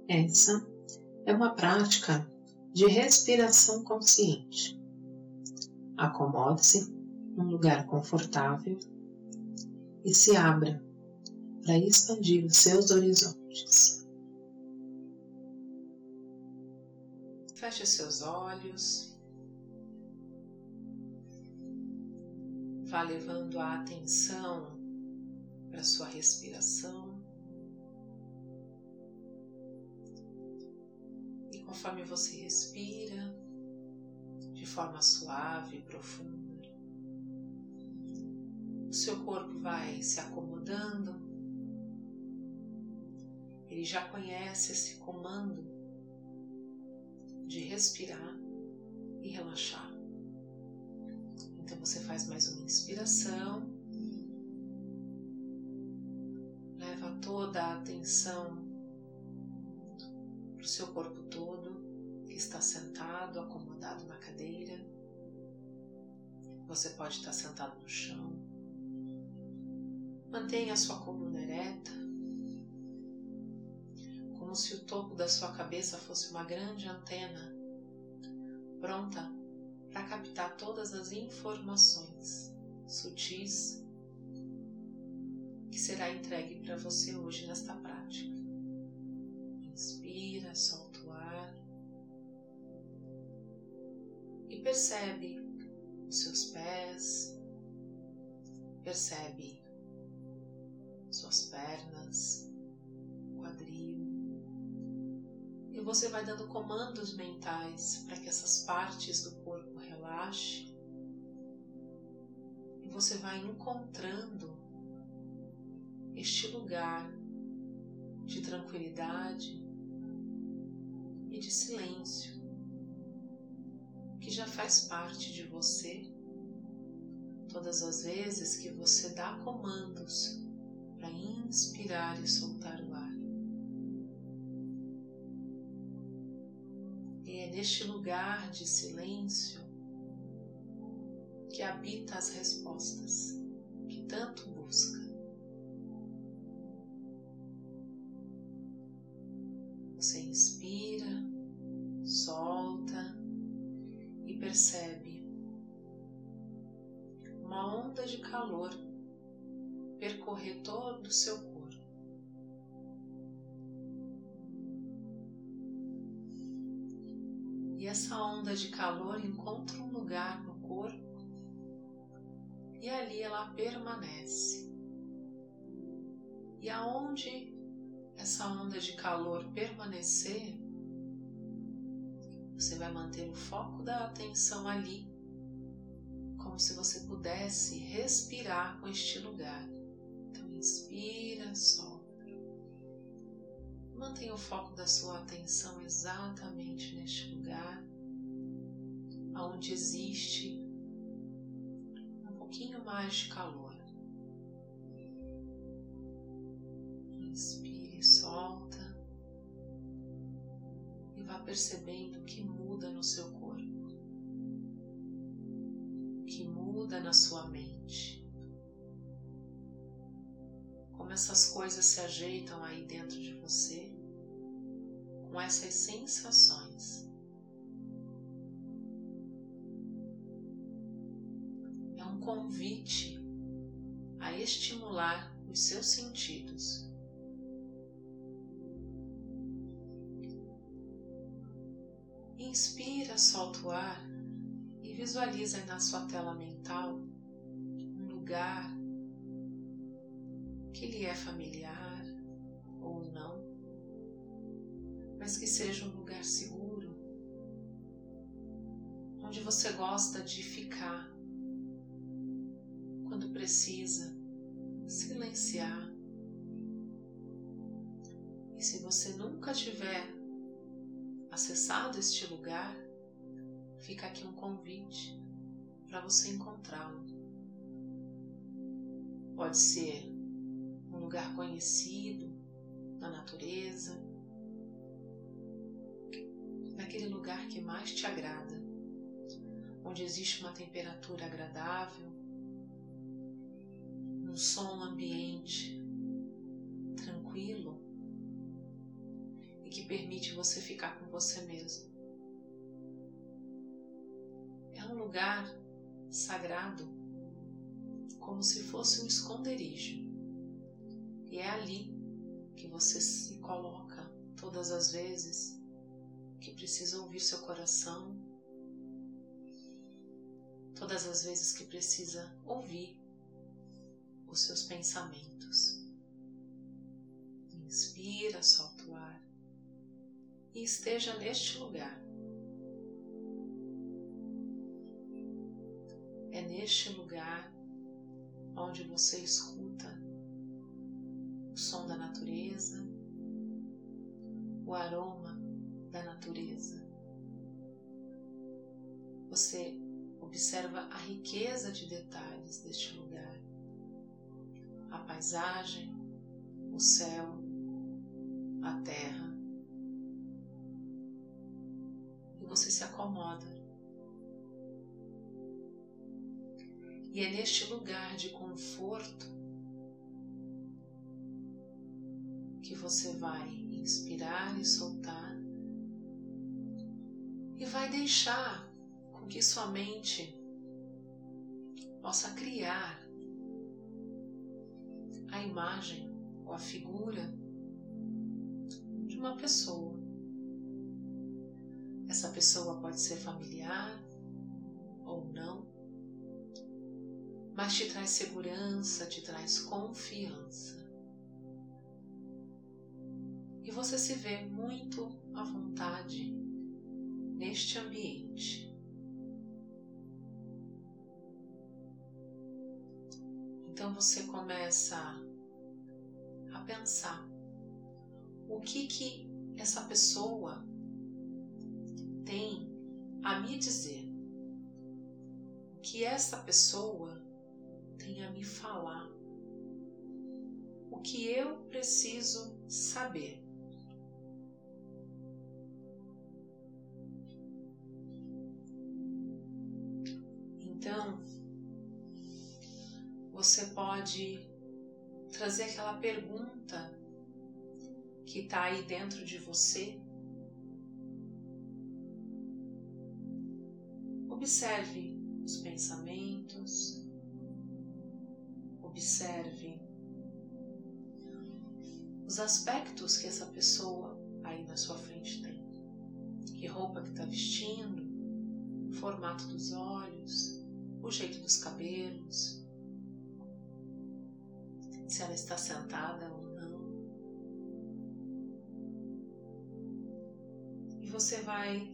Essa é uma prática de respiração consciente. Acomode-se num lugar confortável e se abra para expandir os seus horizontes. Feche seus olhos. Vá levando a atenção para sua respiração. E conforme você respira, de forma suave e profunda, o seu corpo vai se acomodando. Ele já conhece esse comando de respirar e relaxar. Então você faz mais uma inspiração, leva toda a atenção para o seu corpo todo, que está sentado, acomodado na cadeira. Você pode estar sentado no chão. Mantenha a sua coluna ereta, como se o topo da sua cabeça fosse uma grande antena, pronta para captar todas as informações sutis que será entregue para você hoje nesta prática. Inspira, solta o ar e percebe os seus pés, percebe suas pernas, quadril, e você vai dando comandos mentais para que essas partes do corpo relaxem, e você vai encontrando este lugar de tranquilidade e de silêncio que já faz parte de você todas as vezes que você dá comandos para inspirar e soltar o ar. E é neste lugar de silêncio que habita as respostas que tanto busca. Você inspira, solta e percebe uma onda de calor percorrer todo o seu corpo. E essa onda de calor encontra um lugar no corpo e ali ela permanece. E aonde essa onda de calor permanecer, você vai manter o foco da atenção ali, como se você pudesse respirar com este lugar. Então inspira, solta. Mantenha o foco da sua atenção exatamente neste lugar, onde existe um pouquinho mais de calor. Inspire, solta e vá percebendo o que muda no seu corpo, o que muda na sua mente, como essas coisas se ajeitam aí dentro de você com essas sensações. É um convite a estimular os seus sentidos. Inspira, solta o ar e visualiza na sua tela mental um lugar que lhe é familiar ou não, mas que seja um lugar seguro, onde você gosta de ficar quando precisa silenciar. E se você nunca tiver acessado este lugar, fica aqui um convite para você encontrá-lo. Pode ser um lugar conhecido na natureza, naquele lugar que mais te agrada, onde existe uma temperatura agradável, um som ambiente tranquilo e que permite você ficar com você mesmo. É um lugar sagrado, como se fosse um esconderijo. E é ali que você se coloca todas as vezes que precisa ouvir seu coração, todas as vezes que precisa ouvir os seus pensamentos. Inspira, solta o ar e esteja neste lugar. É neste lugar onde você escuta o som da natureza, o aroma da natureza. Você observa a riqueza de detalhes deste lugar, a paisagem, o céu, a terra, e você se acomoda. E é neste lugar de conforto que você vai inspirar e soltar e vai deixar com que sua mente possa criar a imagem ou a figura de uma pessoa. Essa pessoa pode ser familiar ou não, mas te traz segurança, te traz confiança. E você se vê muito à vontade neste ambiente. Então você começa a pensar o que essa pessoa tem a me dizer, o que essa pessoa tem a me falar, o que eu preciso saber. Então, você pode trazer aquela pergunta que está aí dentro de você. Observe os pensamentos, observe os aspectos que essa pessoa aí na sua frente tem. Que roupa que está vestindo, o formato dos olhos, o jeito dos cabelos, se ela está sentada ou não. E você vai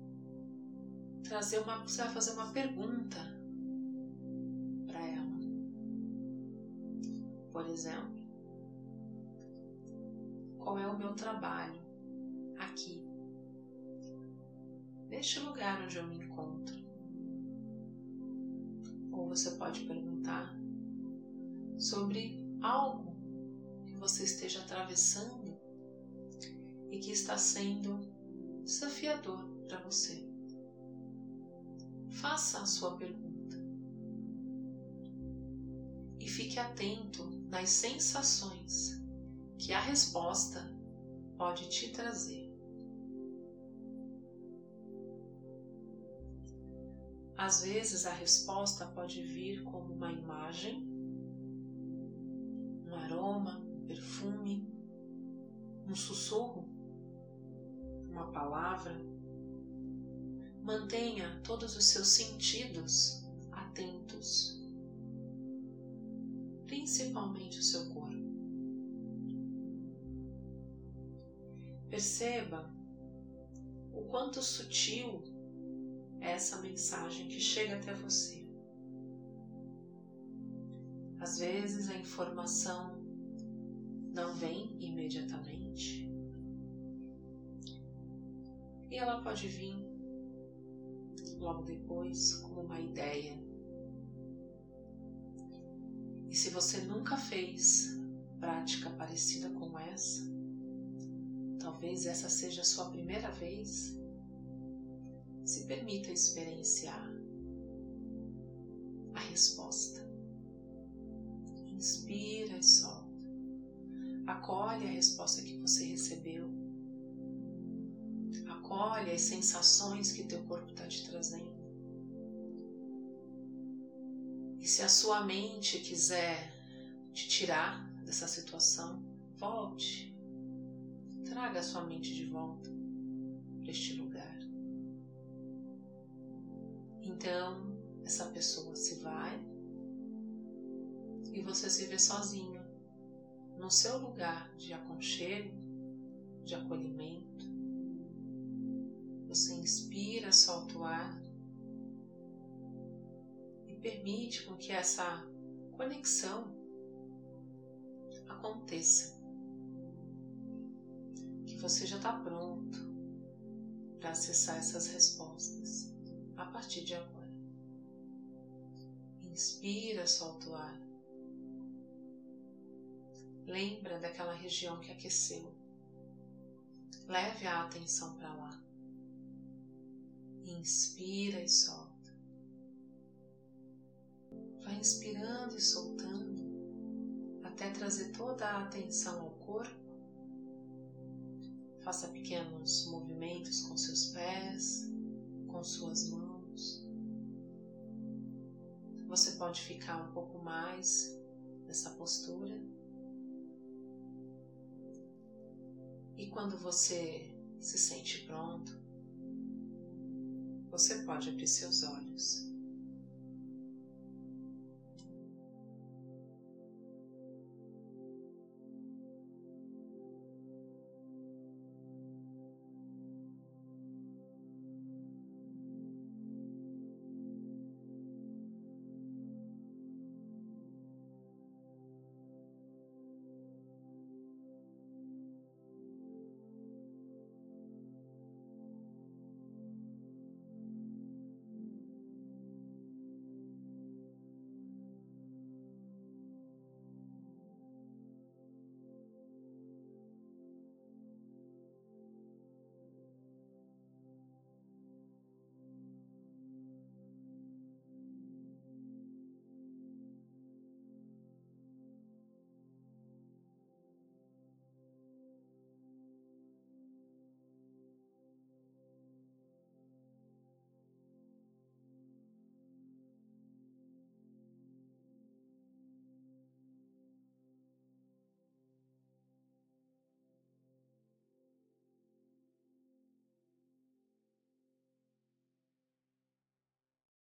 fazer uma pergunta para ela. Por exemplo, qual é o meu trabalho aqui, neste lugar onde eu me encontro? Ou você pode perguntar sobre algo que você esteja atravessando e que está sendo desafiador para você. Faça a sua pergunta e fique atento nas sensações que a resposta pode te trazer. Às vezes a resposta pode vir como uma imagem, um aroma, um perfume, um sussurro, uma palavra. Mantenha todos os seus sentidos atentos, principalmente o seu corpo. Perceba o quanto sutil é essa mensagem que chega até você. Às vezes a informação não vem imediatamente e ela pode vir logo depois como uma ideia. E se você nunca fez prática parecida com essa, talvez essa seja a sua primeira vez, se permita experienciar a resposta. Inspira e solta. Acolhe a resposta que você recebeu Olha as sensações que teu corpo está te trazendo. E se a sua mente quiser te tirar dessa situação, volte. Traga a sua mente de volta para este lugar. Então, essa pessoa se vai e você se vê sozinho no seu lugar de aconchego, de acolhimento. Você inspira, solta o ar e permite com que essa conexão aconteça. Que você já está pronto para acessar essas respostas a partir de agora. Inspira, solta o ar. Lembra daquela região que aqueceu. Leve a atenção para lá. Inspira e solta. Vai inspirando e soltando até trazer toda a atenção ao corpo. Faça pequenos movimentos com seus pés, com suas mãos. Você pode ficar um pouco mais nessa postura. E quando você se sente pronto, você pode abrir seus olhos.